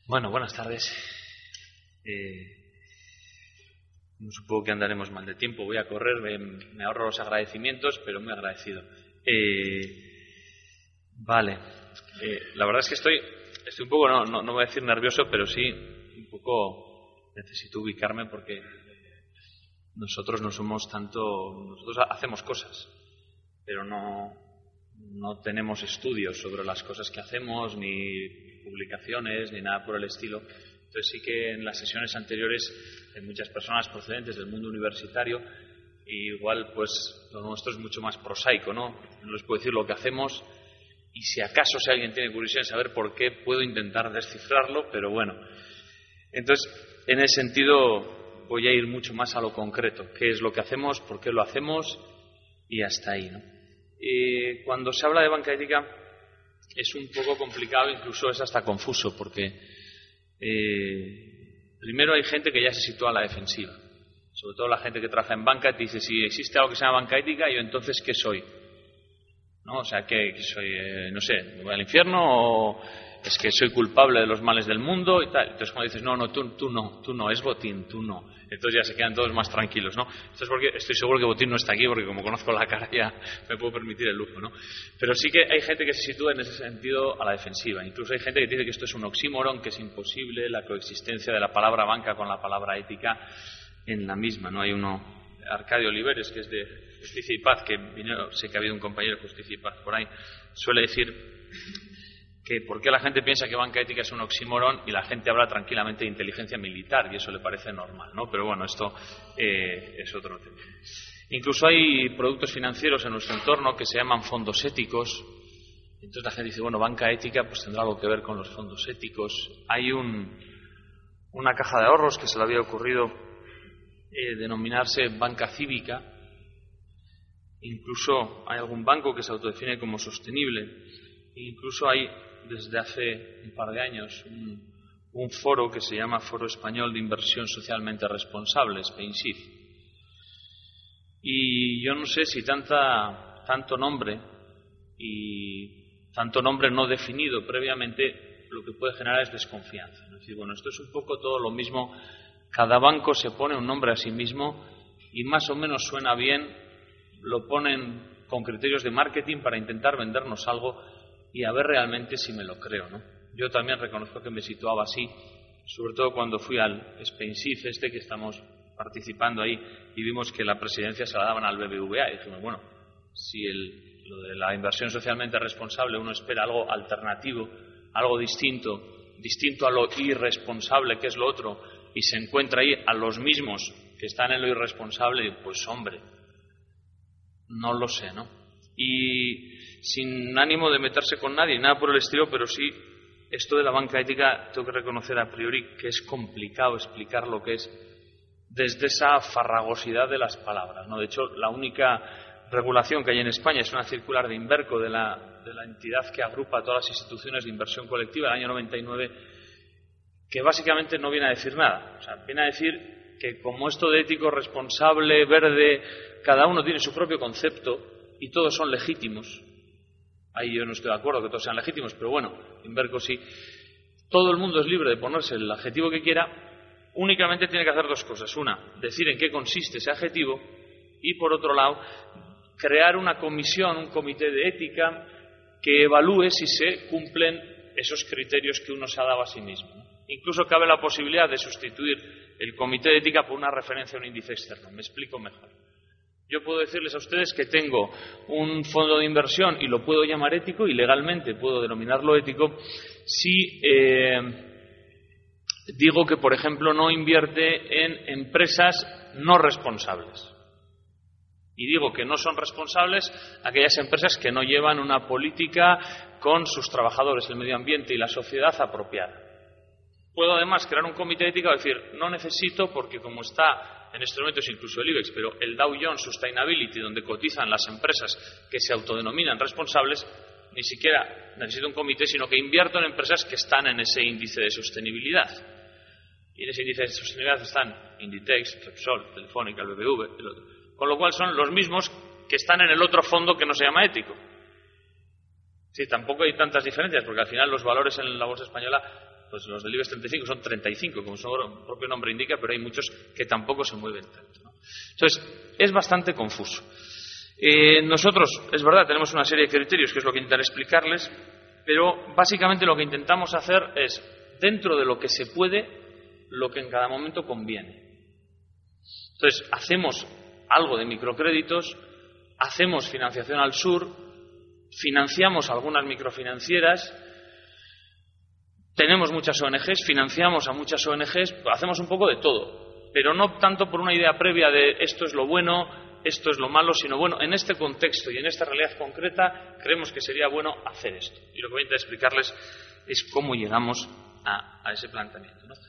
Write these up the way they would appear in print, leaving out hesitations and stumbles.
Bueno, buenas tardes. Supongo que andaremos mal de tiempo. Voy a correr, me ahorro los agradecimientos, pero muy agradecido. Vale. La verdad es que estoy un poco, no voy a decir nervioso, pero sí un poco necesito ubicarme porque nosotros no somos tanto. Nosotros hacemos cosas, pero no tenemos estudios sobre las cosas que hacemos, ni publicaciones, ni nada por el estilo. Entonces sí que en las sesiones anteriores hay muchas personas procedentes del mundo universitario y igual pues lo nuestro es mucho más prosaico, ¿no? No les puedo decir lo que hacemos y si acaso si alguien tiene curiosidad en saber por qué puedo intentar descifrarlo, pero bueno. Entonces, en ese sentido voy a ir mucho más a lo concreto. ¿Qué es lo que hacemos? ¿Por qué lo hacemos? Y hasta ahí, ¿no? Cuando se habla de banca ética es un poco complicado, incluso es hasta confuso, porque primero hay gente que ya se sitúa a la defensiva, sobre todo la gente que trabaja en banca, te dice, si existe algo que se llama banca ética, yo entonces ¿qué soy? ¿No? O sea, ¿qué soy? No sé, ¿me voy al infierno o es que soy culpable de los males del mundo y tal? Entonces cuando dices, no, tú no, es Botín, tú no. Entonces ya se quedan todos más tranquilos, ¿no? Esto es porque estoy seguro que Botín no está aquí, porque como conozco la cara ya me puedo permitir el lujo, ¿no? Pero sí que hay gente que se sitúa en ese sentido a la defensiva. Incluso hay gente que dice que esto es un oxímoron, que es imposible la coexistencia de la palabra banca con la palabra ética en la misma, ¿no? Hay uno, Arcadio Oliveres, que es de Justicia y Paz, que vino, sé que ha habido un compañero de Justicia y Paz por ahí, suele decir que por qué la gente piensa que banca ética es un oxímoron y la gente habla tranquilamente de inteligencia militar y eso le parece normal, ¿no? Pero bueno, esto es otro tema. Incluso hay productos financieros en nuestro entorno que se llaman fondos éticos. Entonces la gente dice, bueno, banca ética pues tendrá algo que ver con los fondos éticos. Hay una caja de ahorros que se le había ocurrido denominarse banca cívica. Incluso hay algún banco que se autodefine como sostenible. Incluso hay desde hace un par de años un foro que se llama Foro Español de Inversión Socialmente Responsable, SPEINSIF. Y yo no sé si tanto nombre y tanto nombre no definido previamente lo que puede generar es desconfianza. Es decir, bueno, esto es un poco todo lo mismo. Cada banco se pone un nombre a sí mismo y más o menos suena bien, lo ponen con criterios de marketing para intentar vendernos algo y a ver realmente si me lo creo, ¿no? Yo también reconozco que me situaba así, sobre todo cuando fui al SPEINSIF que estamos participando ahí y vimos que la presidencia se la daban al BBVA y dijimos, bueno, si lo de la inversión socialmente responsable uno espera algo alternativo, algo distinto a lo irresponsable que es lo otro y se encuentra ahí a los mismos que están en lo irresponsable, pues hombre, no lo sé, ¿no? Y sin ánimo de meterse con nadie, nada por el estilo, pero sí, esto de la banca ética tengo que reconocer a priori que es complicado explicar lo que es desde esa farragosidad de las palabras, ¿no? De hecho, la única regulación que hay en España es una circular de Inverco, de la entidad que agrupa todas las instituciones de inversión colectiva del año 99, que básicamente no viene a decir nada. O sea, viene a decir que como esto de ético, responsable, verde, cada uno tiene su propio concepto y todos son legítimos. Ahí yo no estoy de acuerdo que todos sean legítimos, pero bueno, Inverco sí. Todo el mundo es libre de ponerse el adjetivo que quiera, únicamente tiene que hacer dos cosas. Una, decir en qué consiste ese adjetivo y, por otro lado, crear una comisión, un comité de ética que evalúe si se cumplen esos criterios que uno se ha dado a sí mismo. Incluso cabe la posibilidad de sustituir el comité de ética por una referencia a un índice externo. Me explico mejor. Yo puedo decirles a ustedes que tengo un fondo de inversión y lo puedo llamar ético y legalmente puedo denominarlo ético si digo que, por ejemplo, no invierte en empresas no responsables. Y digo que no son responsables aquellas empresas que no llevan una política con sus trabajadores, el medio ambiente y la sociedad apropiada. Puedo además crear un comité de ética y decir, no necesito porque como está en estos momentos incluso el IBEX, pero el Dow Jones Sustainability, donde cotizan las empresas que se autodenominan responsables, ni siquiera necesito un comité, sino que invierto en empresas que están en ese índice de sostenibilidad. Y en ese índice de sostenibilidad están Inditex, Repsol, Telefónica, el BBV, el otro. Con lo cual son los mismos que están en el otro fondo que no se llama ético. Sí, tampoco hay tantas diferencias, porque al final los valores en la bolsa española pues los del IBEX 35 son 35, como su propio nombre indica, pero hay muchos que tampoco se mueven tanto, ¿no? Entonces, es bastante confuso. Nosotros, es verdad, tenemos una serie de criterios, que es lo que intentaré explicarles, pero básicamente lo que intentamos hacer es, dentro de lo que se puede, lo que en cada momento conviene. Entonces, hacemos algo de microcréditos, hacemos financiación al sur, financiamos algunas microfinancieras, tenemos muchas ONGs, financiamos a muchas ONGs, hacemos un poco de todo, pero no tanto por una idea previa de esto es lo bueno, esto es lo malo, sino bueno, en este contexto y en esta realidad concreta creemos que sería bueno hacer esto. Y lo que voy a intentar explicarles es cómo llegamos a ese planteamiento, ¿no?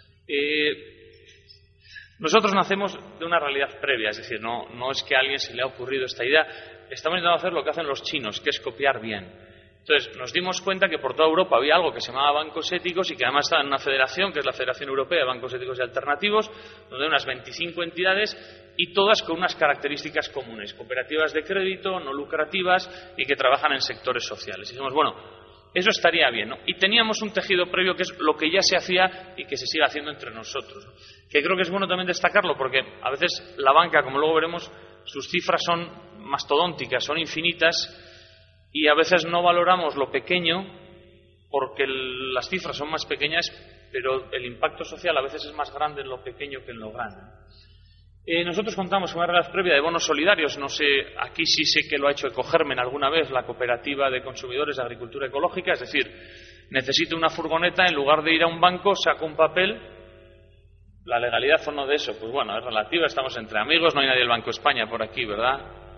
Nosotros nacemos de una realidad previa, es decir, no es que a alguien se le ha ocurrido esta idea, estamos intentando hacer lo que hacen los chinos, que es copiar bien. Entonces, nos dimos cuenta que por toda Europa había algo que se llamaba bancos éticos y que además estaba en una federación, que es la Federación Europea de Bancos Éticos y Alternativos, donde hay unas 25 entidades y todas con unas características comunes, cooperativas de crédito, no lucrativas y que trabajan en sectores sociales. Y dijimos, bueno, eso estaría bien, ¿no? Y teníamos un tejido previo que es lo que ya se hacía y que se sigue haciendo entre nosotros, ¿no? Que creo que es bueno también destacarlo porque a veces la banca, como luego veremos, sus cifras son mastodónticas, son infinitas y a veces no valoramos lo pequeño porque las cifras son más pequeñas, pero el impacto social a veces es más grande en lo pequeño que en lo grande. Nosotros contamos con una realidad previa de bonos solidarios, no sé, aquí sí sé que lo ha hecho Ecogermen alguna vez, la cooperativa de consumidores de agricultura ecológica, es decir, necesito una furgoneta, en lugar de ir a un banco, saco un papel. ¿La legalidad o no de eso? Pues bueno, es relativa, estamos entre amigos, no hay nadie del Banco España por aquí, ¿verdad?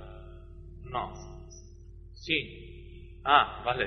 No. Sí. Ah, vale.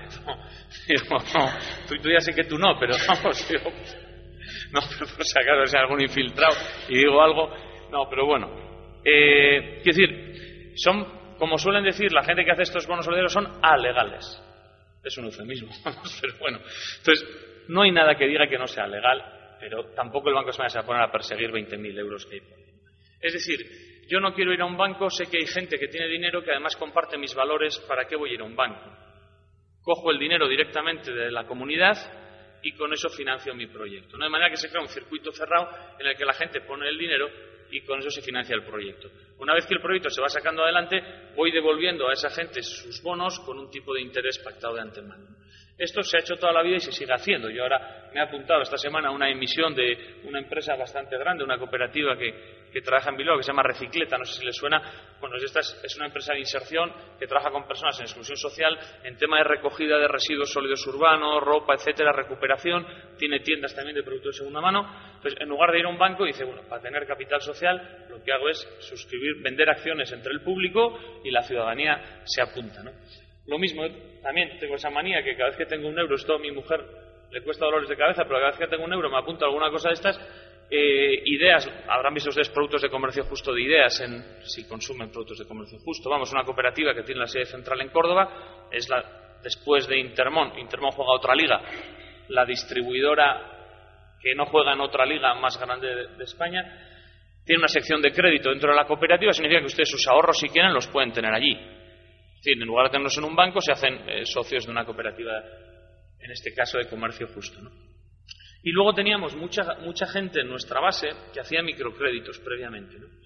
No. Tú ya sé que tú no, pero vamos, digo, no, pero por si acaso sea algún infiltrado y digo algo. No, pero bueno. Quiero decir, son, como suelen decir la gente que hace estos bonos solidarios, son alegales. Es un eufemismo, pero bueno. Entonces, no hay nada que diga que no sea legal, pero tampoco el Banco España se va a poner a perseguir 20.000 euros que hay por ahí. Es decir, yo no quiero ir a un banco, sé que hay gente que tiene dinero que además comparte mis valores, ¿para qué voy a ir a un banco? Cojo el dinero directamente de la comunidad y con eso financio mi proyecto. No de manera que se crea un circuito cerrado en el que la gente pone el dinero y con eso se financia el proyecto. Una vez que el proyecto se va sacando adelante, voy devolviendo a esa gente sus bonos con un tipo de interés pactado de antemano. Esto se ha hecho toda la vida y se sigue haciendo. Yo ahora me he apuntado esta semana a una emisión de una empresa bastante grande, una cooperativa que trabaja en Bilbao, que se llama Recicleta, no sé si les suena. Bueno, esta es una empresa de inserción que trabaja con personas en exclusión social en tema de recogida de residuos sólidos urbanos, ropa, etcétera, recuperación. Tiene tiendas también de productos de segunda mano. Entonces, en lugar de ir a un banco, dice, bueno, para tener capital social, lo que hago es vender acciones entre el público y la ciudadanía se apunta, ¿no? Lo mismo, también tengo esa manía que cada vez que tengo un euro, esto a mi mujer le cuesta dolores de cabeza, pero cada vez que tengo un euro me apunto a alguna cosa de estas. Ideas, habrán visto ustedes productos de comercio justo de Ideas, si consumen productos de comercio justo. Vamos, una cooperativa que tiene la sede central en Córdoba, es después de Intermón juega otra liga, la distribuidora que no juega en otra liga más grande de España, tiene una sección de crédito dentro de la cooperativa, significa que ustedes sus ahorros, si quieren, los pueden tener allí. Es decir, en lugar de tenerlos en un banco, se hacen socios de una cooperativa, en este caso de comercio justo, ¿no? Y luego teníamos mucha gente en nuestra base que hacía microcréditos previamente, ¿no?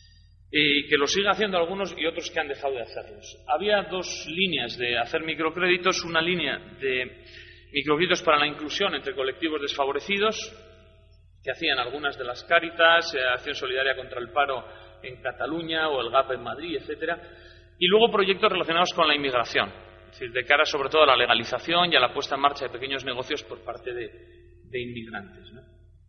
Y que lo sigue haciendo algunos y otros que han dejado de hacerlos. Había dos líneas de hacer microcréditos, una línea de microcréditos para la inclusión entre colectivos desfavorecidos, que hacían algunas de las Cáritas, Acción Solidaria contra el Paro en Cataluña o el GAP en Madrid, etcétera. Y luego proyectos relacionados con la inmigración, es decir, de cara sobre todo a la legalización y a la puesta en marcha de pequeños negocios por parte de inmigrantes, ¿no?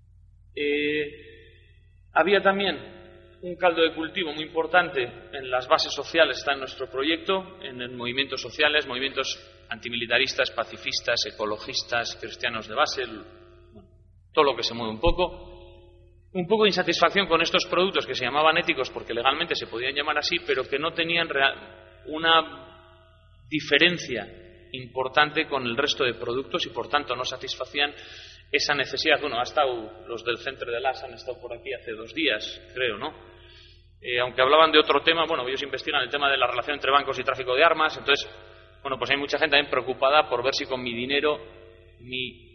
Había también un caldo de cultivo muy importante en las bases sociales, está en nuestro proyecto, en movimientos sociales, movimientos antimilitaristas, pacifistas, ecologistas, cristianos de base, bueno, todo lo que se mueve un poco de insatisfacción con estos productos que se llamaban éticos porque legalmente se podían llamar así, pero que no tenían una diferencia importante con el resto de productos y por tanto no satisfacían esa necesidad. Bueno, ha estado los del Centre de las han estado por aquí hace 2 días, creo, ¿no? Aunque hablaban de otro tema, bueno, ellos investigan el tema de la relación entre bancos y tráfico de armas, entonces, bueno, pues hay mucha gente también preocupada por ver si con mi dinero, mi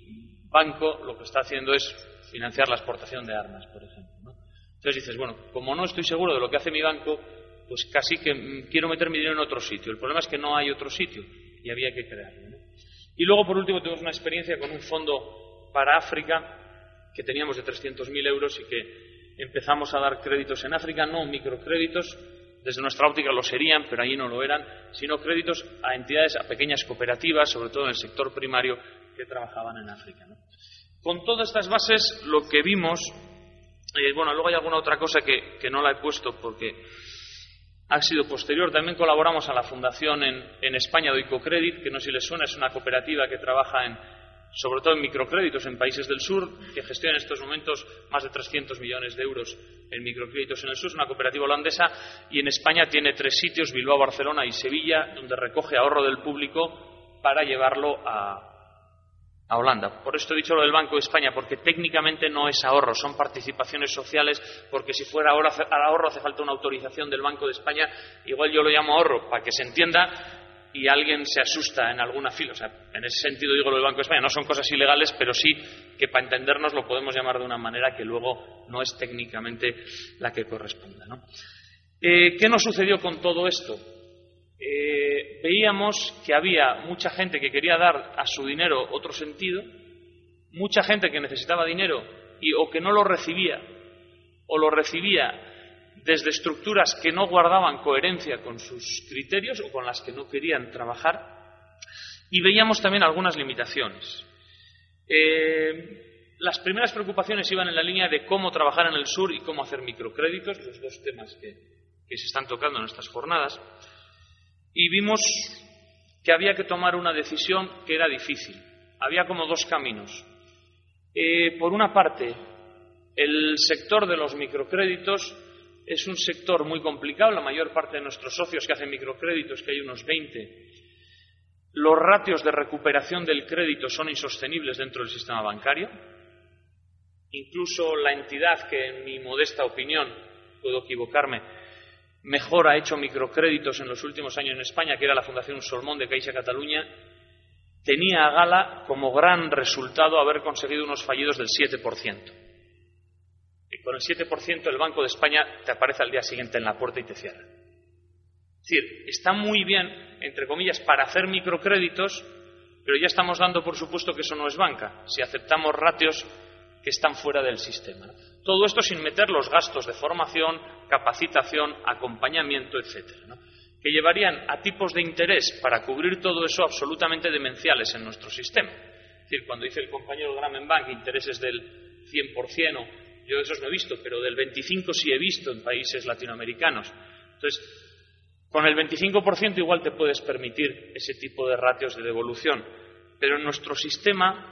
banco lo que está haciendo es financiar la exportación de armas, por ejemplo, ¿no? Entonces dices, bueno, como no estoy seguro de lo que hace mi banco, pues casi que quiero meter mi dinero en otro sitio. El problema es que no hay otro sitio y había que crearlo, ¿no? Y luego, por último, tuvimos una experiencia con un fondo para África que teníamos de 300.000 euros y que empezamos a dar créditos en África, no microcréditos, desde nuestra óptica lo serían, pero allí no lo eran, sino créditos a entidades, a pequeñas cooperativas, sobre todo en el sector primario, que trabajaban en África, ¿no? Con todas estas bases, lo que vimos, bueno, luego hay alguna otra cosa que no la he puesto porque ha sido posterior. También colaboramos a la fundación en España de Oicocredit, que no sé si les suena, es una cooperativa que trabaja sobre todo en microcréditos en países del sur, que gestiona en estos momentos más de 300 millones de euros en microcréditos en el sur. Es una cooperativa holandesa y en España tiene 3 sitios, Bilbao, Barcelona y Sevilla, donde recoge ahorro del público para llevarlo a Holanda. Por esto he dicho lo del Banco de España, porque técnicamente no es ahorro, son participaciones sociales, porque si fuera ahorro hace falta una autorización del Banco de España. Igual yo lo llamo ahorro para que se entienda y alguien se asusta en alguna fila. O sea, en ese sentido digo lo del Banco de España, no son cosas ilegales, pero sí que para entendernos lo podemos llamar de una manera que luego no es técnicamente la que corresponda, ¿no? ¿Qué nos sucedió con todo esto? Veíamos que había mucha gente que quería dar a su dinero otro sentido, mucha gente que necesitaba dinero o que no lo recibía, o lo recibía desde estructuras que no guardaban coherencia con sus criterios o con las que no querían trabajar, y veíamos también algunas limitaciones. Las primeras preocupaciones iban en la línea de cómo trabajar en el sur y cómo hacer microcréditos, los dos temas que se están tocando en estas jornadas. Y vimos que había que tomar una decisión que era difícil. Había como 2 caminos. Por una parte, el sector de los microcréditos es un sector muy complicado. La mayor parte de nuestros socios que hacen microcréditos, que hay unos 20, los ratios de recuperación del crédito son insostenibles dentro del sistema bancario. Incluso la entidad que, en mi modesta opinión, puedo equivocarme, mejor ha hecho microcréditos en los últimos años en España, que era la Fundación Solmón de Caixa Catalunya, tenía a gala como gran resultado haber conseguido unos fallidos del 7%. Y con el 7% el Banco de España te aparece al día siguiente en la puerta y te cierra. Es decir, está muy bien, entre comillas, para hacer microcréditos, pero ya estamos dando por supuesto que eso no es banca, si aceptamos ratios que están fuera del sistema, ¿no? Todo esto sin meter los gastos de formación, capacitación, acompañamiento, etcétera, ¿no? Que llevarían a tipos de interés para cubrir todo eso absolutamente demenciales en nuestro sistema. Es decir, cuando dice el compañero Gramenbank intereses del 100%, yo esos no he visto, pero del 25% sí he visto en países latinoamericanos. Entonces, con el 25% igual te puedes permitir ese tipo de ratios de devolución, pero en nuestro sistema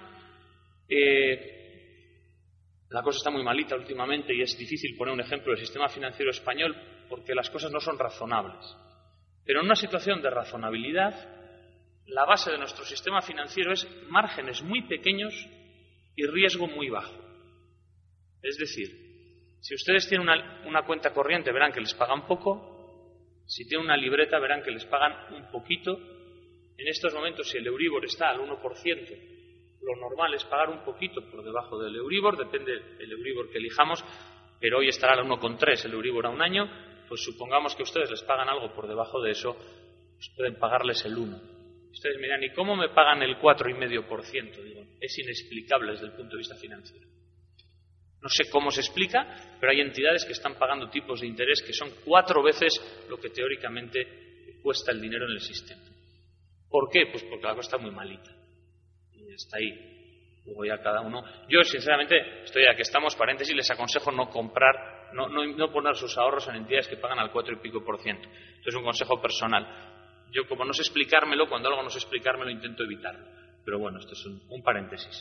la cosa está muy malita últimamente y es difícil poner un ejemplo del sistema financiero español porque las cosas no son razonables. Pero en una situación de razonabilidad, la base de nuestro sistema financiero es márgenes muy pequeños y riesgo muy bajo. Es decir, si ustedes tienen una cuenta corriente verán que les pagan poco, si tienen una libreta verán que les pagan un poquito. En estos momentos, si el Euribor está al 1%, lo normal es pagar un poquito por debajo del Euribor, depende del Euribor que elijamos, pero hoy estará al 1,3 el Euribor a un año, pues supongamos que ustedes les pagan algo por debajo de eso, pues pueden pagarles el 1. Ustedes me dirán, ¿y cómo me pagan el 4,5%? Digo, es inexplicable desde el punto de vista financiero. No sé cómo se explica, pero hay entidades que están pagando tipos de interés que son 4 veces lo que teóricamente cuesta el dinero en el sistema. ¿Por qué? Pues porque la cosa está muy malita. Está ahí. Luego ya cada uno. Yo, sinceramente, estoy ya que estamos, paréntesis, les aconsejo no comprar, no poner sus ahorros en entidades que pagan al 4 y pico %. Esto es un consejo personal. Yo, como no sé explicármelo, cuando algo no sé explicármelo, intento evitarlo. Pero bueno, esto es un paréntesis.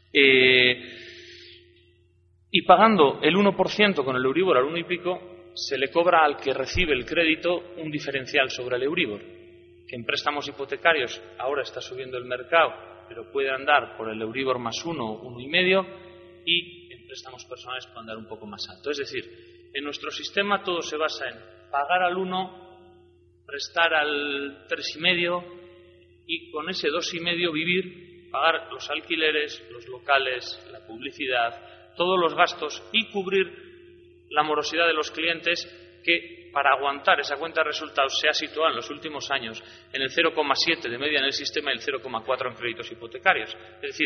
Y pagando el 1% con el Euribor al 1 y pico, se le cobra al que recibe el crédito un diferencial sobre el Euribor, que en préstamos hipotecarios ahora está subiendo el mercado, pero puede andar por el Euribor más 1, 1,5, y en préstamos personales puede andar un poco más alto. Es decir, en nuestro sistema todo se basa en pagar al 1, prestar al 3,5 y con ese 2,5 vivir pagar los alquileres, los locales, la publicidad, todos los gastos y cubrir la morosidad de los clientes que, para aguantar esa cuenta de resultados, se ha situado en los últimos años en el 0,7 de media en el sistema y el 0,4 en créditos hipotecarios. Es decir,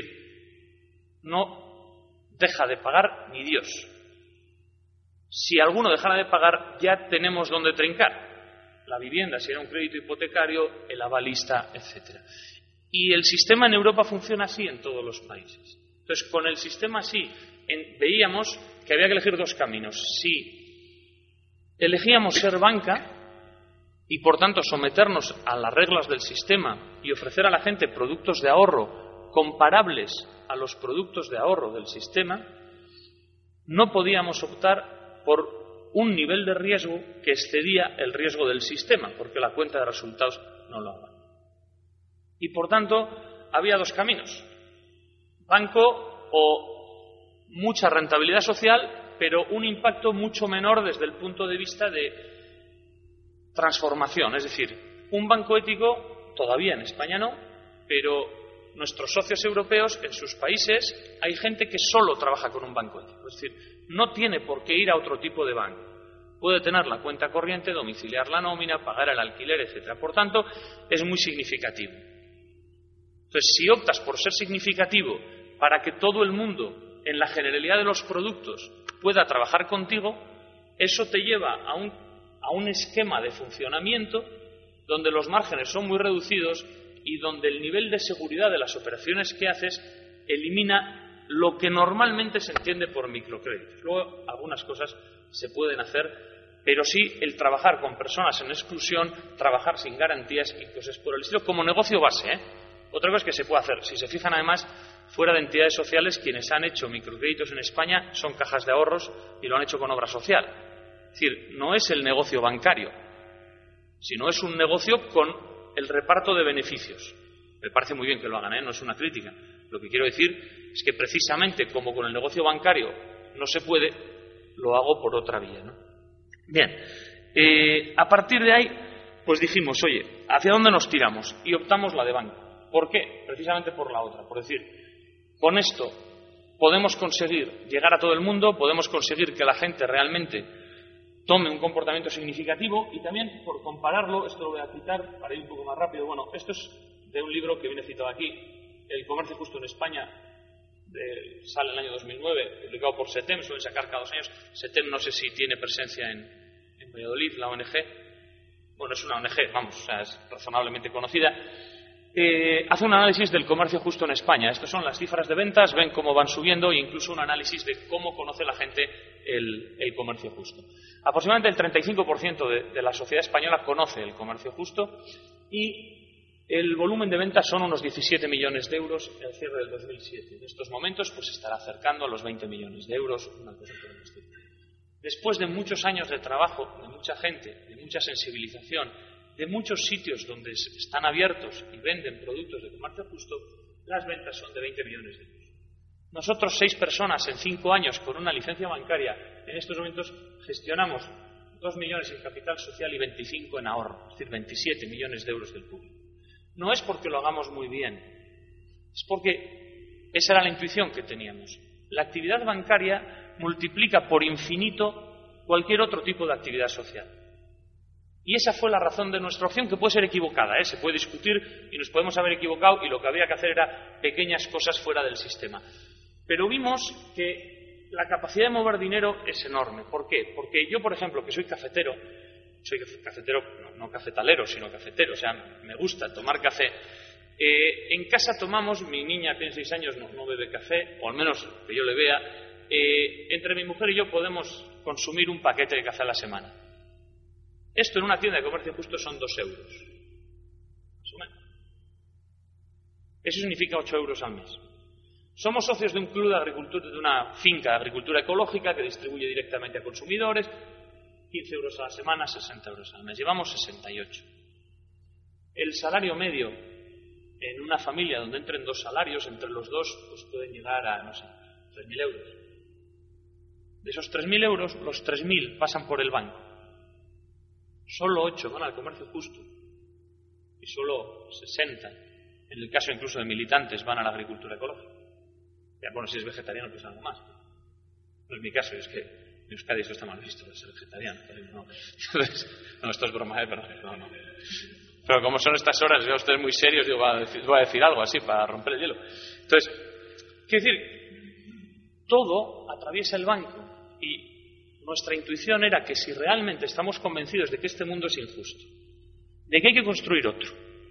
no deja de pagar ni Dios. Si alguno dejara de pagar, ya tenemos donde trincar. La vivienda, si era un crédito hipotecario, el avalista, etc. Y el sistema en Europa funciona así en todos los países. Entonces, con el sistema así, veíamos que había que elegir dos caminos. Si elegíamos ser banca y, por tanto, someternos a las reglas del sistema y ofrecer a la gente productos de ahorro comparables a los productos de ahorro del sistema, no podíamos optar por un nivel de riesgo que excedía el riesgo del sistema, porque la cuenta de resultados no lo haga. Y, por tanto, había dos caminos: banco o mucha rentabilidad social, pero un impacto mucho menor desde el punto de vista de transformación. Es decir, un banco ético, todavía en España no, pero nuestros socios europeos, en sus países, hay gente que solo trabaja con un banco ético. Es decir, no tiene por qué ir a otro tipo de banco. Puede tener la cuenta corriente, domiciliar la nómina, pagar el alquiler, etc. Por tanto, es muy significativo. Entonces, si optas por ser significativo para que todo el mundo, en la generalidad de los productos, pueda trabajar contigo, eso te lleva a un esquema de funcionamiento donde los márgenes son muy reducidos y donde el nivel de seguridad de las operaciones que haces elimina lo que normalmente se entiende por microcréditos. Luego, algunas cosas se pueden hacer, pero sí el trabajar con personas en exclusión, trabajar sin garantías y cosas por el estilo, como negocio base, ¿eh? Otra cosa es que se puede hacer. Si se fijan, además, fuera de entidades sociales, quienes han hecho microcréditos en España son cajas de ahorros y lo han hecho con obra social. Es decir, no es el negocio bancario, sino es un negocio con el reparto de beneficios. Me parece muy bien que lo hagan, ¿eh? No es una crítica. Lo que quiero decir es que precisamente como con el negocio bancario no se puede, lo hago por otra vía, ¿no? Bien, a partir de ahí, pues dijimos, oye, ¿hacia dónde nos tiramos? Y optamos la de banco. ¿Por qué? Precisamente por la otra. Por decir, con esto podemos conseguir llegar a todo el mundo, podemos conseguir que la gente realmente tome un comportamiento significativo y también, por compararlo, esto lo voy a citar para ir un poco más rápido. Bueno, esto es de un libro que viene citado aquí, El comercio justo en España, sale en el año 2009, publicado por SETEM, suelen sacar cada 2 años. SETEM no sé si tiene presencia en Valladolid, la ONG. Bueno, es una ONG, vamos, o sea, es razonablemente conocida. Hace un análisis del comercio justo en España. Estas son las cifras de ventas, ven cómo van subiendo e incluso un análisis de cómo conoce la gente el comercio justo. Aproximadamente el 35% de la sociedad española conoce el comercio justo y el volumen de ventas son unos 17 millones de euros al cierre del 2007. En estos momentos pues se estará acercando a los 20 millones de euros, una cosa por el estilo. Después de muchos años de trabajo, de mucha gente, de mucha sensibilización, de muchos sitios donde están abiertos y venden productos de comercio justo, las ventas son de 20 millones de euros. Nosotros, 6 personas en 5 años con una licencia bancaria, en estos momentos gestionamos 2 millones en capital social y 25 en ahorro, es decir, 27 millones de euros del público. No es porque lo hagamos muy bien, es porque esa era la intuición que teníamos. La actividad bancaria multiplica por infinito cualquier otro tipo de actividad social. Y esa fue la razón de nuestra opción, que puede ser equivocada, se puede discutir y nos podemos haber equivocado y lo que habría que hacer era pequeñas cosas fuera del sistema. Pero vimos que la capacidad de mover dinero es enorme. ¿Por qué? Porque yo, por ejemplo, que soy cafetero, no cafetalero, sino cafetero, o sea, me gusta tomar café. En casa tomamos, mi niña tiene 6 años, no bebe café, o al menos que yo le vea, entre mi mujer y yo podemos consumir un paquete de café a la semana. Esto en una tienda de comercio justo son 2 euros. Más o menos. Eso significa 8 euros al mes. Somos socios de un club de agricultura, de una finca de agricultura ecológica que distribuye directamente a consumidores, 15 euros a la semana, 60 euros al mes. Llevamos 68. El salario medio en una familia donde entren 2 salarios, entre los dos, pues pueden llegar a, 3.000 euros. De esos 3.000 euros, los 3.000 pasan por el banco. Solo 8 van al comercio justo y solo 60 en el caso incluso de militantes, van a la agricultura ecológica. Ya, bueno, si es vegetariano, pues algo más. No es mi caso, es que en Euskadi esto está mal visto, de ser vegetariano. No, no, esto es broma, pero no. Pero como son estas horas, yo ustedes muy serios, digo, voy a decir algo así para romper el hielo. Entonces, quiero decir, todo atraviesa el banco y nuestra intuición era que si realmente estamos convencidos de que este mundo es injusto, de que hay que construir otro,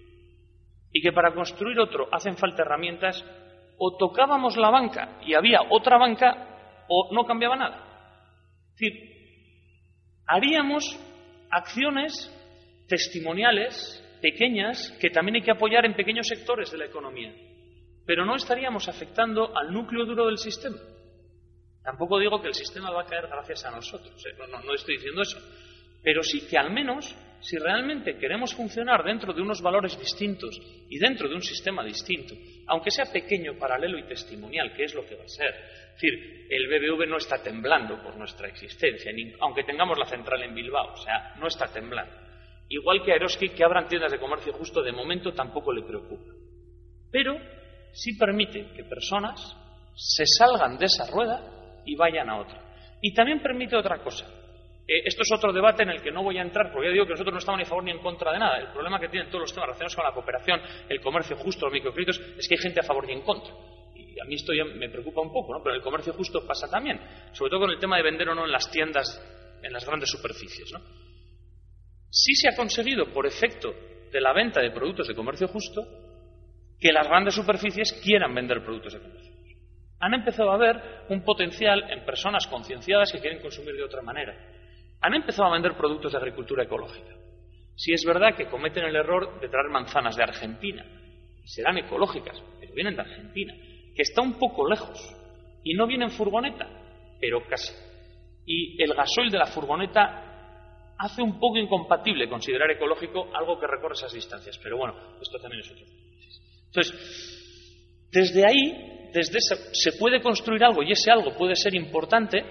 y que para construir otro hacen falta herramientas, o tocábamos la banca y había otra banca, o no cambiaba nada. Es decir, haríamos acciones testimoniales, pequeñas, que también hay que apoyar en pequeños sectores de la economía, pero no estaríamos afectando al núcleo duro del sistema. Tampoco digo que el sistema va a caer gracias a nosotros, no estoy diciendo eso, pero sí que al menos, si realmente queremos funcionar dentro de unos valores distintos y dentro de un sistema distinto, aunque sea pequeño, paralelo y testimonial, que es lo que va a ser. Es decir, el BBV no está temblando por nuestra existencia, aunque tengamos la central en Bilbao, o sea, no está temblando. Igual que a Eroski, que abran tiendas de comercio justo, de momento tampoco le preocupa. Pero sí permite que personas se salgan de esa rueda y vayan a otra. Y también permite otra cosa. Esto es otro debate en el que no voy a entrar, porque ya digo que nosotros no estamos ni a favor ni en contra de nada. El problema que tienen todos los temas relacionados con la cooperación, el comercio justo, los microcréditos, es que hay gente a favor y en contra. Y a mí esto ya me preocupa un poco, ¿no? Pero el comercio justo pasa también, sobre todo con el tema de vender o no en las tiendas, en las grandes superficies, ¿no? Sí se ha conseguido, por efecto de la venta de productos de comercio justo, que las grandes superficies quieran vender productos de comercio justo. Han empezado a ver un potencial en personas concienciadas que quieren consumir de otra manera. Han empezado a vender productos de agricultura ecológica. Sí es verdad que cometen el error de traer manzanas de Argentina, y serán ecológicas, pero vienen de Argentina, que está un poco lejos, y no vienen en furgoneta, pero casi. Y el gasoil de la furgoneta hace un poco incompatible considerar ecológico algo que recorre esas distancias, pero bueno, esto también es otro. Entonces, desde ahí, se puede construir algo, y ese algo puede ser importante.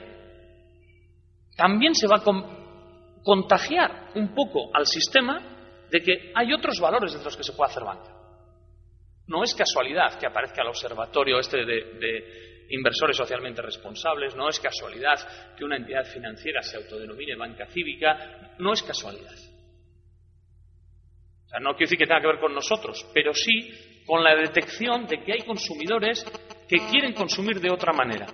También se va a contagiar un poco al sistema de que hay otros valores de los que se puede hacer banca. No es casualidad que aparezca el observatorio de inversores socialmente responsables, no es casualidad que una entidad financiera se autodenomine banca cívica, no es casualidad. O sea, no quiero decir que tenga que ver con nosotros, pero sí con la detección de que hay consumidores que quieren consumir de otra manera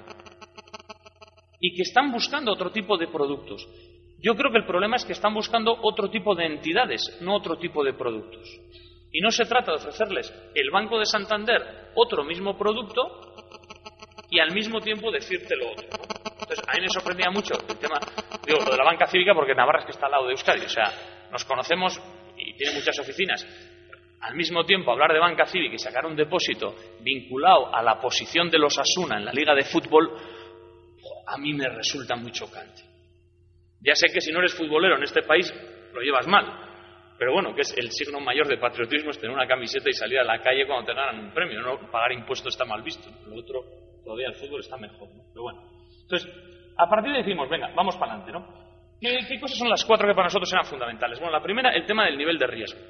y que están buscando otro tipo de productos. Yo creo que el problema es que están buscando otro tipo de entidades, no otro tipo de productos. Y no se trata de ofrecerles el Banco de Santander otro mismo producto y al mismo tiempo decirte lo otro, ¿no? Entonces, a mí me sorprendía mucho el tema, digo, lo de la banca cívica, porque Navarra es que está al lado de Euskadi, o sea, nos conocemos y tiene muchas oficinas. Al mismo tiempo, hablar de banca cívica y sacar un depósito vinculado a la posición de los Osasuna en la Liga de Fútbol, a mí me resulta muy chocante. Ya sé que si no eres futbolero en este país lo llevas mal, pero bueno, que es el signo mayor de patriotismo es tener una camiseta y salir a la calle cuando te ganan un premio, no pagar impuestos está mal visto, lo otro todavía el fútbol está mejor, ¿no? Pero bueno, entonces a partir de ahí decimos, venga, vamos para adelante, ¿no? ¿Qué cosas son las 4 que para nosotros eran fundamentales? Bueno, la primera, el tema del nivel de riesgo.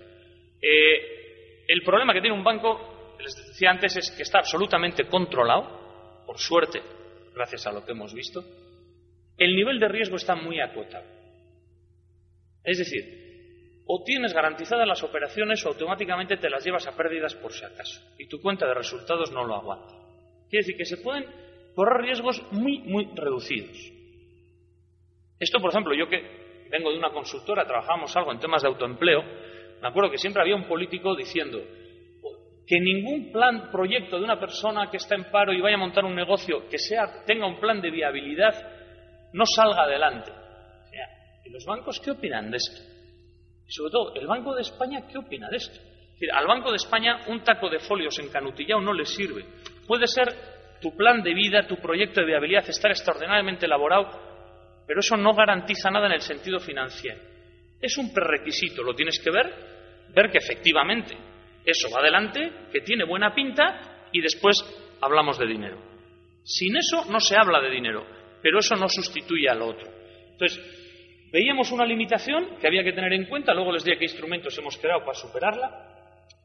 El problema que tiene un banco, les decía antes, es que está absolutamente controlado, por suerte, gracias a lo que hemos visto. El nivel de riesgo está muy acotado. Es decir, o tienes garantizadas las operaciones o automáticamente te las llevas a pérdidas por si acaso. Y tu cuenta de resultados no lo aguanta. Quiere decir que se pueden correr riesgos muy, muy reducidos. Esto, por ejemplo, yo que vengo de una consultora, trabajamos algo en temas de autoempleo, me acuerdo que siempre había un político diciendo que ningún proyecto de una persona que está en paro y vaya a montar un negocio que tenga un plan de viabilidad no salga adelante. O sea, ¿y los bancos qué opinan de esto? Y sobre todo, ¿el Banco de España qué opina de esto? Es decir, al Banco de España un taco de folios encanutillado no le sirve. Puede ser tu plan de vida, tu proyecto de viabilidad, estar extraordinariamente elaborado, pero eso no garantiza nada en el sentido financiero. Es un prerequisito, lo tienes que ver que efectivamente eso va adelante, que tiene buena pinta y después hablamos de dinero. Sin eso no se habla de dinero, pero eso no sustituye al otro. Entonces, veíamos una limitación que había que tener en cuenta, luego les diré qué instrumentos hemos creado para superarla.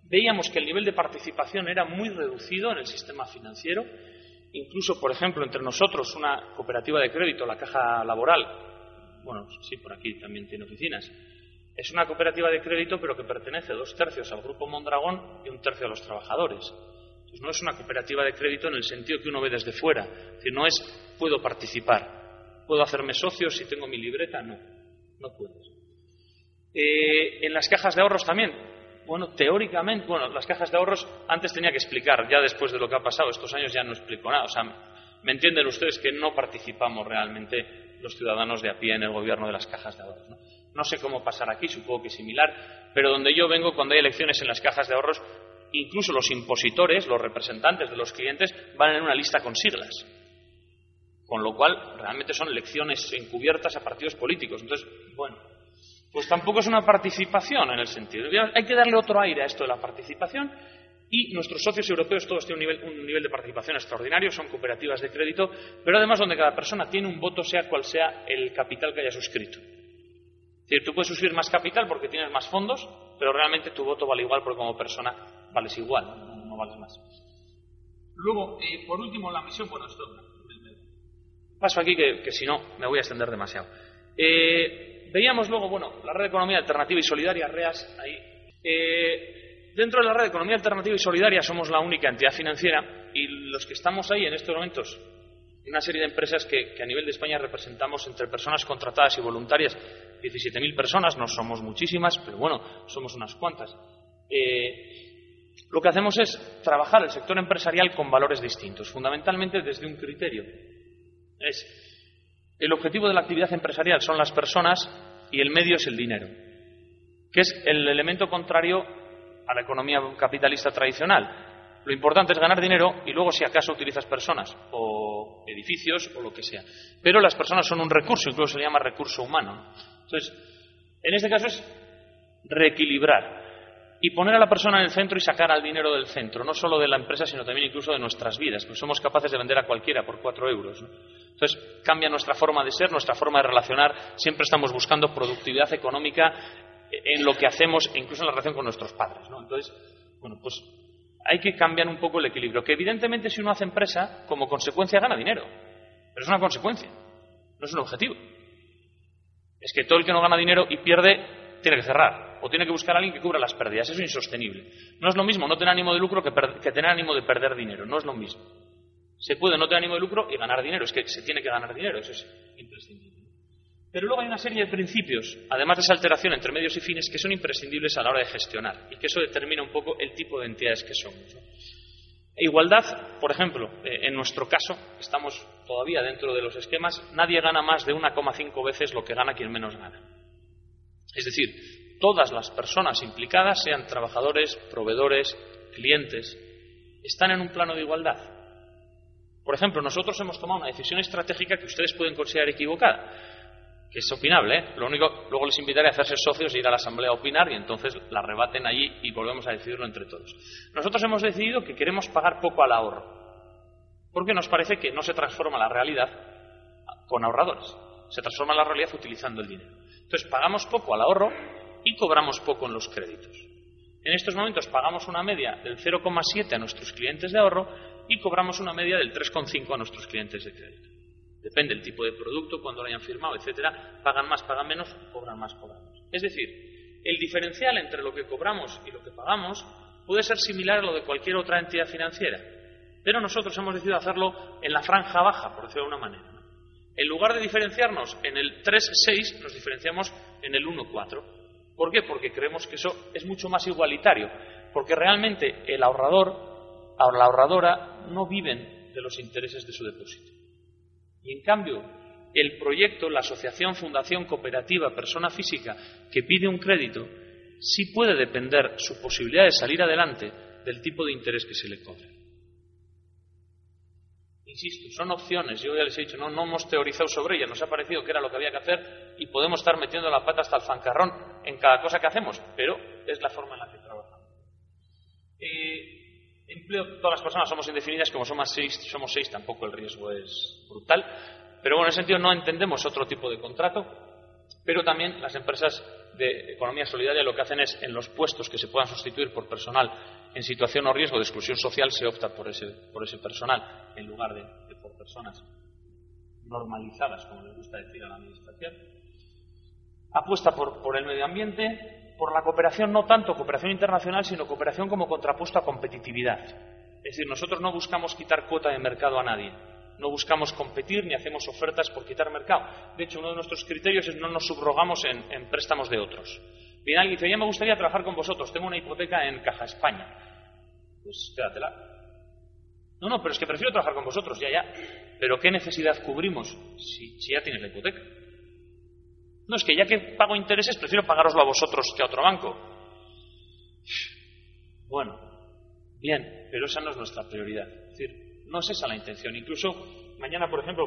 veíamos que el nivel de participación era muy reducido en el sistema financiero. Incluso, por ejemplo, entre nosotros, una cooperativa de crédito, la Caja Laboral, bueno, sí, por aquí también tiene oficinas, es una cooperativa de crédito, pero que pertenece 2/3 al Grupo Mondragón y 1/3 a los trabajadores. Entonces, no es una cooperativa de crédito en el sentido que uno ve desde fuera. Es decir, no es puedo participar, puedo hacerme socio si tengo mi libreta, no puedes. En las cajas de ahorros también. Bueno, teóricamente, las cajas de ahorros antes tenía que explicar, ya después de lo que ha pasado estos años ya no explico nada. O sea, me entienden ustedes que no participamos realmente los ciudadanos de a pie en el gobierno de las cajas de ahorros, ¿no? No sé cómo pasar aquí, supongo que similar, pero donde yo vengo, cuando hay elecciones en las cajas de ahorros, incluso los impositores, los representantes de los clientes, van en una lista con siglas. Con lo cual, realmente son elecciones encubiertas a partidos políticos. Entonces, bueno, pues tampoco es una participación en el sentido. Hay que darle otro aire a esto de la participación, y nuestros socios europeos todos tienen un nivel de participación extraordinario, son cooperativas de crédito, pero además donde cada persona tiene un voto, sea cual sea el capital que haya suscrito. Es decir, tú puedes suscribir más capital porque tienes más fondos, pero realmente tu voto vale igual porque como persona vales igual, no vales más. Luego, por último, la misión, bueno, esto paso aquí que si no me voy a extender demasiado. Veíamos luego, la red de economía alternativa y solidaria, REAS, ahí. Dentro de la red de economía alternativa y solidaria somos la única entidad financiera, y los que estamos ahí en estos momentos, una serie de empresas que a nivel de España representamos entre personas contratadas y voluntarias 17.000 personas, no somos muchísimas, pero bueno, somos unas cuantas. Lo que hacemos es trabajar el sector empresarial con valores distintos, fundamentalmente desde un criterio. El objetivo de la actividad empresarial son las personas y el medio es el dinero, que es el elemento contrario a la economía capitalista tradicional. Lo importante es ganar dinero y luego, si acaso, utilizas personas o edificios o lo que sea. Pero las personas son un recurso, incluso se le llama recurso humano. Entonces, en este caso es reequilibrar y poner a la persona en el centro y sacar al dinero del centro, no solo de la empresa, sino también incluso de nuestras vidas, pues somos capaces de vender a cualquiera por 4 euros, ¿no? Entonces, cambia nuestra forma de ser, nuestra forma de relacionar. Siempre estamos buscando productividad económica en lo que hacemos, e incluso en la relación con nuestros padres, ¿no? Entonces, pues hay que cambiar un poco el equilibrio, que evidentemente si uno hace empresa, como consecuencia gana dinero, pero es una consecuencia, no es un objetivo. Es que todo el que no gana dinero y pierde tiene que cerrar, o tiene que buscar a alguien que cubra las pérdidas. Eso es insostenible. No es lo mismo no tener ánimo de lucro que tener ánimo de perder dinero, no es lo mismo. Se puede no tener ánimo de lucro y ganar dinero, es que se tiene que ganar dinero, eso es imprescindible. Pero luego hay una serie de principios, además de esa alteración entre medios y fines, que son imprescindibles a la hora de gestionar, y que eso determina un poco el tipo de entidades que somos, ¿no? Igualdad, por ejemplo, en nuestro caso, estamos todavía dentro de los esquemas, nadie gana más de 1,5 veces lo que gana quien menos gana. Es decir, todas las personas implicadas, sean trabajadores, proveedores, clientes, están en un plano de igualdad. Por ejemplo, nosotros hemos tomado una decisión estratégica que ustedes pueden considerar equivocada, que es opinable, ¿eh? Lo único, luego les invitaré a hacerse socios e ir a la asamblea a opinar, y entonces la rebaten allí y volvemos a decidirlo entre todos. Nosotros hemos decidido que queremos pagar poco al ahorro, porque nos parece que no se transforma la realidad con ahorradores, se transforma la realidad utilizando el dinero. Entonces pagamos poco al ahorro y cobramos poco en los créditos. En estos momentos pagamos una media del 0,7 a nuestros clientes de ahorro y cobramos una media del 3,5 a nuestros clientes de crédito. Depende del tipo de producto, cuando lo hayan firmado, etcétera, pagan más, pagan menos, cobran más, cobran menos. Es decir, el diferencial entre lo que cobramos y lo que pagamos puede ser similar a lo de cualquier otra entidad financiera, pero nosotros hemos decidido hacerlo en la franja baja, por decirlo de alguna manera, ¿no? En lugar de diferenciarnos en el 3,6, nos diferenciamos en el 1,4. ¿Por qué? Porque creemos que eso es mucho más igualitario, porque realmente el ahorrador o la ahorradora no viven de los intereses de su depósito. Y en cambio, el proyecto, la asociación, fundación, cooperativa, persona física que pide un crédito, sí puede depender su posibilidad de salir adelante del tipo de interés que se le cobre. Insisto, son opciones, yo ya les he dicho, no hemos teorizado sobre ellas, nos ha parecido que era lo que había que hacer y podemos estar metiendo la pata hasta el fancarrón en cada cosa que hacemos, pero es la forma en la que trabajamos. Empleo, todas las personas somos indefinidas, como somos seis, tampoco el riesgo es brutal, pero bueno, en ese sentido no entendemos otro tipo de contrato, pero también las empresas de economía solidaria lo que hacen es, en los puestos que se puedan sustituir por personal en situación o riesgo de exclusión social, se opta por ese personal en lugar de por personas normalizadas, como les gusta decir a la Administración. Apuesta por el medio ambiente, por la cooperación, no tanto cooperación internacional, sino cooperación como contrapuesto a competitividad. Es decir, nosotros no buscamos quitar cuota de mercado a nadie, no buscamos competir ni hacemos ofertas por quitar mercado. De hecho, uno de nuestros criterios es no nos subrogamos en préstamos de otros. Bien, alguien dice, ya me gustaría trabajar con vosotros, tengo una hipoteca en Caja España. Pues quédatela. No, pero es que prefiero trabajar con vosotros, ya. Pero ¿qué necesidad cubrimos si ya tienes la hipoteca? No, es que ya que pago intereses, prefiero pagaroslo a vosotros que a otro banco. Bueno, bien, pero esa no es nuestra prioridad. Es decir, no es esa la intención. Incluso mañana, por ejemplo,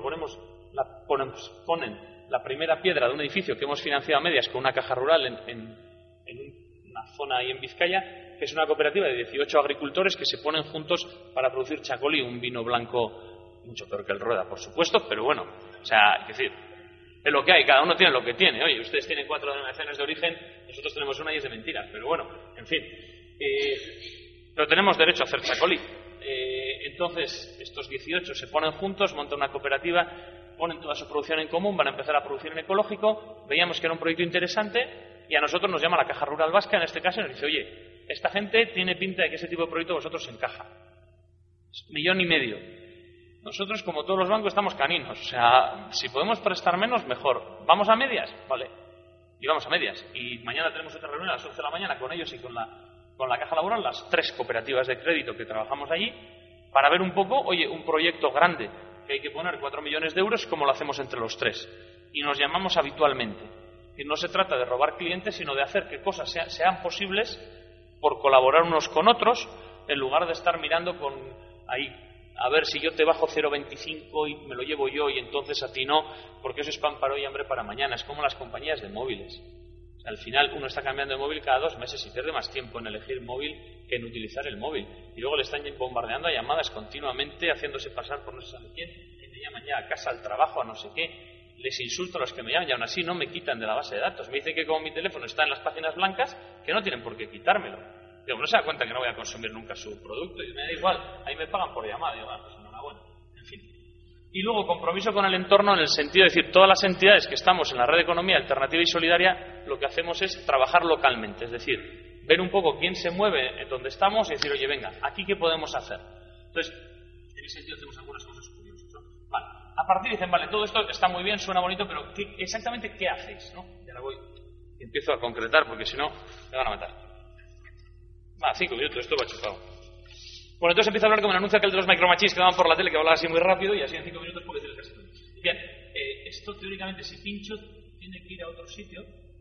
ponen la primera piedra de un edificio que hemos financiado a medias con una caja rural en una zona ahí en Vizcaya, que es una cooperativa de 18 agricultores que se ponen juntos para producir Chacolí, un vino blanco mucho peor que el Rueda, por supuesto, pero bueno, o sea, es decir, es lo que hay, cada uno tiene lo que tiene. Oye, ustedes tienen 4 denominaciones de origen, nosotros tenemos una y es de mentiras, pero bueno, en fin. Pero tenemos derecho a hacer Chacolí. Entonces, estos 18 se ponen juntos, montan una cooperativa, ponen toda su producción en común, van a empezar a producir en ecológico. Veíamos que era un proyecto interesante y a nosotros nos llama la Caja Rural Vasca, en este caso, y nos dice, oye, esta gente tiene pinta de que ese tipo de proyecto vosotros encaja. 1,5 millones. Nosotros, como todos los bancos, estamos caninos. O sea, si podemos prestar menos, mejor. ¿Vamos a medias? Vale. Y vamos a medias. Y mañana tenemos otra reunión a las 11 de la mañana con ellos y con la Caja Laboral, las 3 cooperativas de crédito que trabajamos allí, para ver un poco, oye, un proyecto grande que hay que poner 4 millones de euros, ¿cómo lo hacemos entre los 3? Y nos llamamos habitualmente. Y no se trata de robar clientes, sino de hacer que cosas sean posibles por colaborar unos con otros, en lugar de estar mirando ahí, a ver si yo te bajo 0,25 y me lo llevo yo y entonces a ti no, porque eso es pan para hoy y hambre para mañana. Es como las compañías de móviles. O sea, al final uno está cambiando de móvil cada 2 meses y pierde más tiempo en elegir móvil que en utilizar el móvil. Y luego le están bombardeando a llamadas continuamente, haciéndose pasar por no sé quién, que te llaman ya a casa, al trabajo, a no sé qué. Les insulto a los que me llaman y aún así no me quitan de la base de datos. Me dicen que como mi teléfono está en las páginas blancas, que no tienen por qué quitármelo. Digo, no se da cuenta que no voy a consumir nunca su producto. Y me da igual, ahí me pagan por llamada. Digo, pues enhorabuena. En fin. Y luego compromiso con el entorno en el sentido de decir, todas las entidades que estamos en la red de economía alternativa y solidaria, lo que hacemos es trabajar localmente. Es decir, ver un poco quién se mueve en donde estamos y decir, oye, venga, ¿aquí qué podemos hacer? Entonces, en ese sentido hacemos algunas cosas curiosas, ¿no? Vale. A partir dicen, vale, todo esto está muy bien, suena bonito, pero exactamente qué hacéis, ¿no? Y ahora empiezo a concretar, porque si no, me van a matar. 5 minutos, esto va chupado. Bueno, entonces empiezo a hablar como el anuncio aquel de los micromachines que daban por la tele, que hablaba así muy rápido, y así en 5 minutos puedo decir el resto. Bien, esto teóricamente, si pincho, tiene que ir a otro sitio,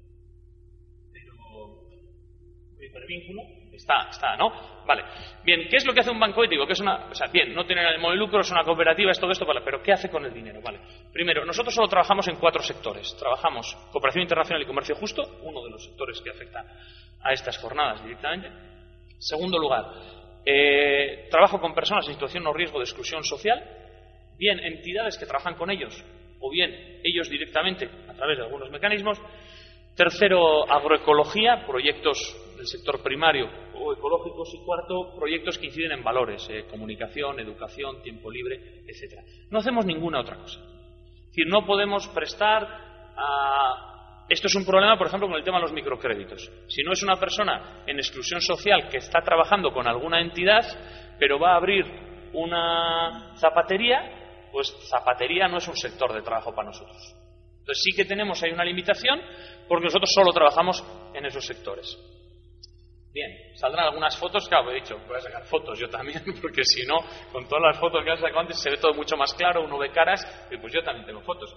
pero hipervínculo está, ¿no? Vale. Bien, ¿qué es lo que hace un banco ético? Que es bien, no tiene ánimo de lucro, es una cooperativa, es todo esto, vale, pero ¿qué hace con el dinero? Vale. Primero, nosotros solo trabajamos en 4 sectores. Trabajamos cooperación internacional y comercio justo, uno de los sectores que afecta a estas jornadas directamente. Segundo lugar, trabajo con personas en situación o riesgo de exclusión social, bien entidades que trabajan con ellos, o bien ellos directamente a través de algunos mecanismos. Tercero, agroecología, proyectos del sector primario o ecológicos. Y cuarto, proyectos que inciden en valores, comunicación, educación, tiempo libre, etcétera. No hacemos ninguna otra cosa. Es decir, no podemos prestar a... Esto es un problema, por ejemplo, con el tema de los microcréditos. Si no es una persona en exclusión social que está trabajando con alguna entidad, pero va a abrir una zapatería, pues zapatería no es un sector de trabajo para nosotros. Entonces sí que tenemos ahí una limitación, porque nosotros solo trabajamos en esos sectores. Bien, saldrán algunas fotos, claro, he dicho, voy a sacar fotos yo también, porque si no, con todas las fotos que han sacado antes se ve todo mucho más claro, uno ve caras, y pues yo también tengo fotos.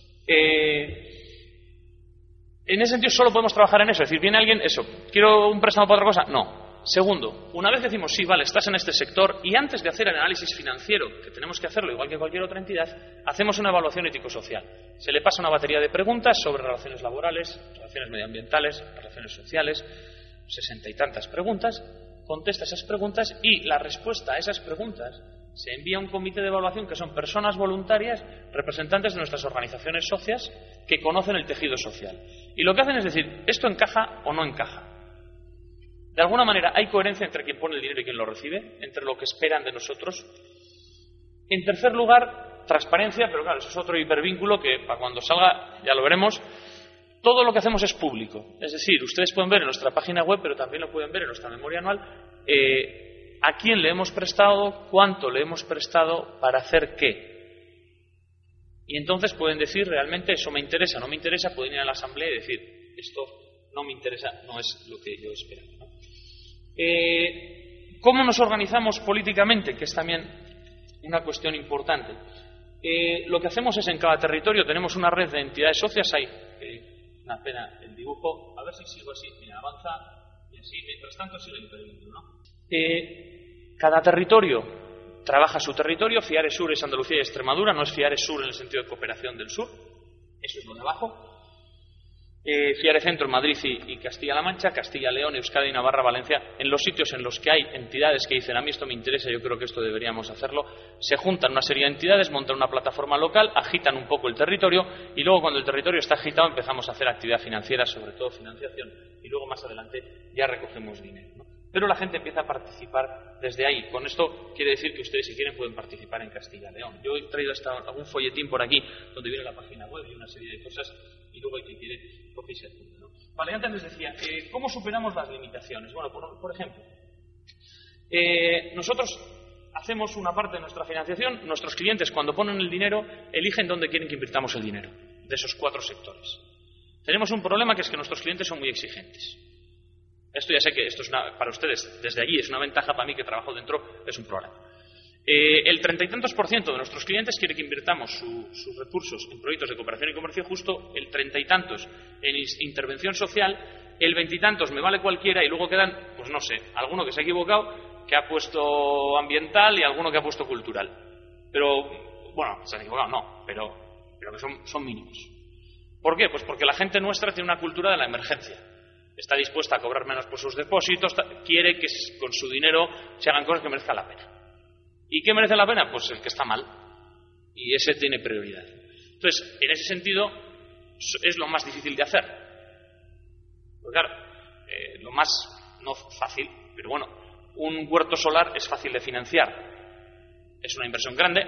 En ese sentido solo podemos trabajar en eso, es decir, viene alguien, ¿quiero un préstamo para otra cosa? No. Segundo, una vez que decimos, sí, vale, estás en este sector, y antes de hacer el análisis financiero, que tenemos que hacerlo igual que cualquier otra entidad, hacemos una evaluación ético-social. Se le pasa una batería de preguntas sobre relaciones laborales, relaciones medioambientales, relaciones sociales, 60 y tantas preguntas, contesta esas preguntas y la respuesta a esas preguntas Se envía un comité de evaluación que son personas voluntarias, representantes de nuestras organizaciones socias, que conocen el tejido social. Y lo que hacen es decir, ¿esto encaja o no encaja? De alguna manera, ¿hay coherencia entre quien pone el dinero y quien lo recibe? ¿Entre lo que esperan de nosotros? En tercer lugar, transparencia, pero claro, eso es otro hipervínculo que para cuando salga, ya lo veremos. Todo lo que hacemos es público. Es decir, ustedes pueden ver en nuestra página web, pero también lo pueden ver en nuestra memoria anual, a quién le hemos prestado, cuánto le hemos prestado, para hacer qué. Y entonces pueden decir, realmente eso me interesa, no me interesa, pueden ir a la asamblea y decir, esto no me interesa, no es lo que yo esperaba, ¿no? ¿Cómo nos organizamos políticamente? Que es también una cuestión importante. Lo que hacemos es, en cada territorio tenemos una red de entidades socias. Hay una pena el dibujo, a ver si sigo así, mira, avanza, y así, mientras tanto sigue el hipervínculo, ¿no? Cada territorio trabaja su territorio. Fiares Sur es Andalucía y Extremadura, no es Fiares Sur en el sentido de cooperación del sur, eso es lo de abajo. Fiares Centro en Madrid y Castilla-La Mancha, Castilla-León, Euskadi, Navarra, Valencia. En los sitios en los que hay entidades que dicen, a mí esto me interesa, yo creo que esto deberíamos hacerlo, se juntan una serie de entidades, montan una plataforma local, agitan un poco el territorio, y luego, cuando el territorio está agitado, empezamos a hacer actividad financiera, sobre todo financiación, y luego más adelante ya recogemos dinero, ¿no? Pero la gente empieza a participar desde ahí. Con esto quiere decir que ustedes, si quieren, pueden participar en Castilla-León. Yo he traído hasta algún folletín por aquí donde viene la página web y una serie de cosas, y luego el que quiere cogéis el punto, ¿no? Vale, antes les decía, ¿cómo superamos las limitaciones? Bueno, por ejemplo, nosotros hacemos una parte de nuestra financiación. Nuestros clientes, cuando ponen el dinero, eligen dónde quieren que invirtamos el dinero, de esos 4 sectores. Tenemos un problema, que es que nuestros clientes son muy exigentes. Esto ya sé que esto es para ustedes, desde allí, es una ventaja. Para mí, que trabajo dentro, es un problema. El 30 y tantos % de nuestros clientes quiere que invirtamos sus recursos en proyectos de cooperación y comercio justo, el 30 y tantos en intervención social, el 20 y tantos me vale cualquiera, y luego quedan, pues no sé, alguno que se ha equivocado, que ha puesto ambiental, y alguno que ha puesto cultural. Pero, bueno, se han equivocado, no, pero que son mínimos. ¿Por qué? Pues porque la gente nuestra tiene una cultura de la emergencia. Está dispuesta a cobrar menos por sus depósitos, quiere que con su dinero se hagan cosas que merezcan la pena. ¿Y qué merece la pena? Pues el que está mal. Y ese tiene prioridad. Entonces, en ese sentido, es lo más difícil de hacer. Porque claro, lo más, no fácil, pero bueno, un huerto solar es fácil de financiar. Es una inversión grande,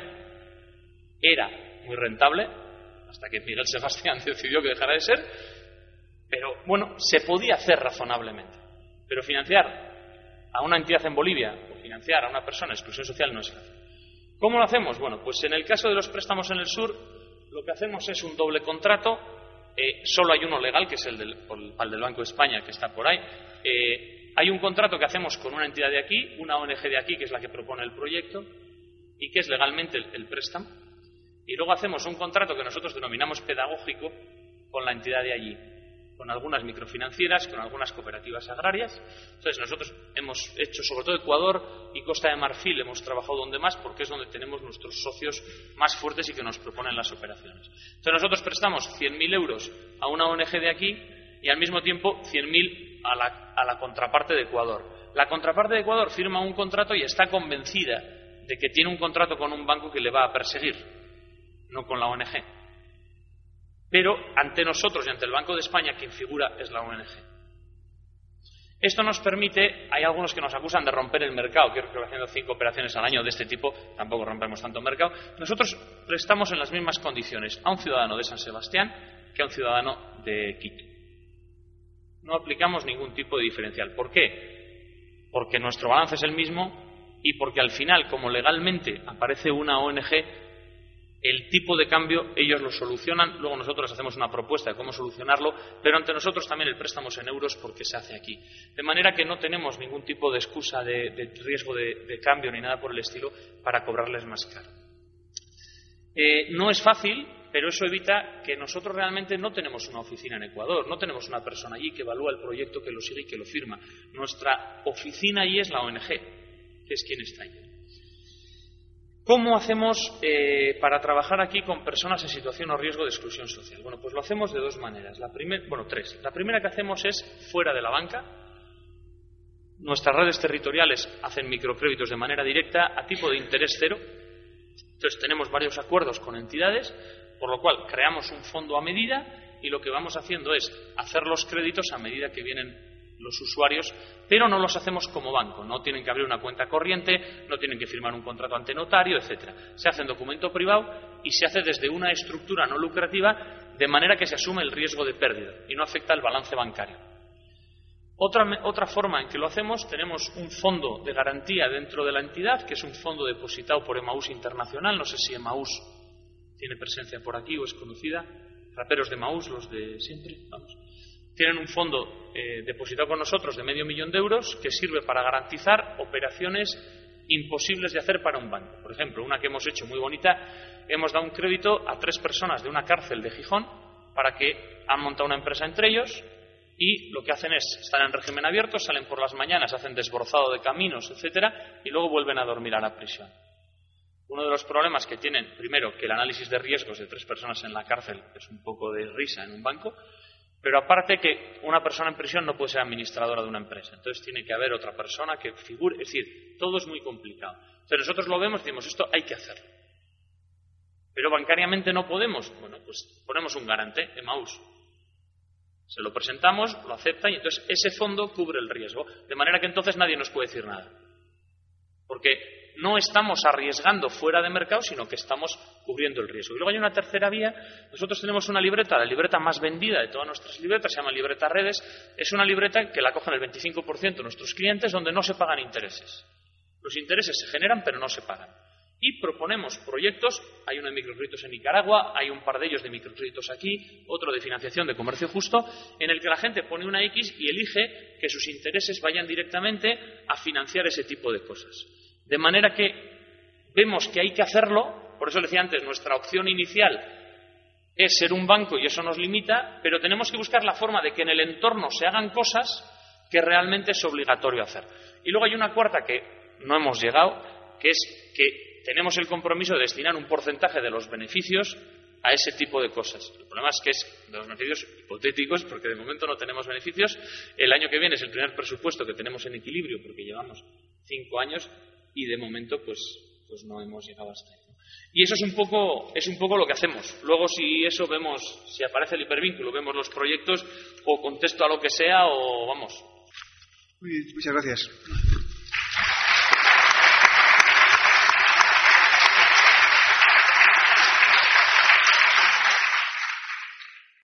era muy rentable, hasta que Miguel Sebastián decidió que dejara de ser, pero bueno, se podía hacer razonablemente. Pero financiar a una entidad en Bolivia o financiar a una persona en exclusión social no es fácil. ¿Cómo lo hacemos? Bueno, pues en el caso de los préstamos en el sur, lo que hacemos es un doble contrato. Solo hay uno legal, que es el del Banco de España, que está por ahí. Hay un contrato que hacemos con una entidad de aquí, una ONG de aquí, que es la que propone el proyecto y que es legalmente el préstamo. Y luego hacemos un contrato que nosotros denominamos pedagógico con la entidad de allí, con algunas microfinancieras, con algunas cooperativas agrarias. Entonces, nosotros hemos hecho, sobre todo Ecuador y Costa de Marfil, hemos trabajado donde más, porque es donde tenemos nuestros socios más fuertes y que nos proponen las operaciones. Entonces, nosotros prestamos 100.000 euros a una ONG de aquí y, al mismo tiempo, 100.000 a la contraparte de Ecuador. La contraparte de Ecuador firma un contrato y está convencida de que tiene un contrato con un banco que le va a perseguir, no con la ONG. Pero ante nosotros y ante el Banco de España, quien figura es la ONG. Esto nos permite, hay algunos que nos acusan de romper el mercado, creo que haciendo 5 operaciones al año de este tipo, tampoco rompemos tanto mercado. Nosotros prestamos en las mismas condiciones a un ciudadano de San Sebastián que a un ciudadano de Quito. No aplicamos ningún tipo de diferencial. ¿Por qué? Porque nuestro balance es el mismo y porque al final, como legalmente aparece una ONG, el tipo de cambio ellos lo solucionan, luego nosotros hacemos una propuesta de cómo solucionarlo, pero ante nosotros también el préstamo es en euros porque se hace aquí. De manera que no tenemos ningún tipo de excusa de riesgo de cambio ni nada por el estilo para cobrarles más caro. No es fácil, pero eso evita que nosotros realmente no tenemos una oficina en Ecuador, no tenemos una persona allí que evalúa el proyecto, que lo sigue y que lo firma. Nuestra oficina allí es la ONG, que es quien está allí. ¿Cómo hacemos para trabajar aquí con personas en situación o riesgo de exclusión social? Bueno, pues lo hacemos de 2 maneras. 3. La primera que hacemos es fuera de la banca. Nuestras redes territoriales hacen microcréditos de manera directa a tipo de interés cero. Entonces tenemos varios acuerdos con entidades, por lo cual creamos un fondo a medida y lo que vamos haciendo es hacer los créditos a medida que vienen los usuarios, pero no los hacemos como banco. No tienen que abrir una cuenta corriente, no tienen que firmar un contrato ante notario, etcétera. Se hace en documento privado y se hace desde una estructura no lucrativa, de manera que se asume el riesgo de pérdida y no afecta el balance bancario. Otra forma en que lo hacemos, tenemos un fondo de garantía dentro de la entidad, que es un fondo depositado por Emaús Internacional. No sé si Emaús tiene presencia por aquí o es conocida. Raperos de Emaús, los de siempre, vamos. Tienen un fondo depositado con nosotros de $500.000 euros que sirve para garantizar operaciones imposibles de hacer para un banco. Por ejemplo, una que hemos hecho muy bonita, hemos dado un crédito a 3 personas de una cárcel de Gijón para que han montado una empresa entre ellos y lo que hacen es, están en régimen abierto, salen por las mañanas, hacen desbrozado de caminos, etcétera, y luego vuelven a dormir a la prisión. Uno de los problemas que tienen, primero, que el análisis de riesgos de 3 personas en la cárcel es un poco de risa en un banco, pero aparte que una persona en prisión no puede ser administradora de una empresa. Entonces tiene que haber otra persona que figure. Es decir, todo es muy complicado. Entonces nosotros lo vemos y decimos, esto hay que hacerlo. Pero bancariamente no podemos. Bueno, pues ponemos un garante, Emaús. Se lo presentamos, lo acepta y entonces ese fondo cubre el riesgo. De manera que entonces nadie nos puede decir nada. Porque no estamos arriesgando fuera de mercado, sino que estamos cubriendo el riesgo. Y luego hay una tercera vía. Nosotros tenemos una libreta, la libreta más vendida de todas nuestras libretas, se llama Libreta Redes. Es una libreta que la cogen el 25% de nuestros clientes, donde no se pagan intereses. Los intereses se generan, pero no se pagan. Y proponemos proyectos. Hay uno de microcréditos en Nicaragua, hay un par de ellos de microcréditos aquí, otro de financiación de comercio justo, en el que la gente pone una X y elige que sus intereses vayan directamente a financiar ese tipo de cosas. De manera que vemos que hay que hacerlo. Por eso le decía antes, nuestra opción inicial es ser un banco y eso nos limita, pero tenemos que buscar la forma de que en el entorno se hagan cosas que realmente es obligatorio hacer. Y luego hay una cuarta que no hemos llegado, que es que tenemos el compromiso de destinar un porcentaje de los beneficios a ese tipo de cosas. El problema es que es de los beneficios hipotéticos, porque de momento no tenemos beneficios. El año que viene es el primer presupuesto que tenemos en equilibrio, porque llevamos 5 años y de momento pues no hemos llegado hasta ahí. Y eso es un poco lo que hacemos. Luego, si eso vemos, si aparece el hipervínculo, vemos los proyectos o contesto a lo que sea o vamos. Muy bien, muchas gracias.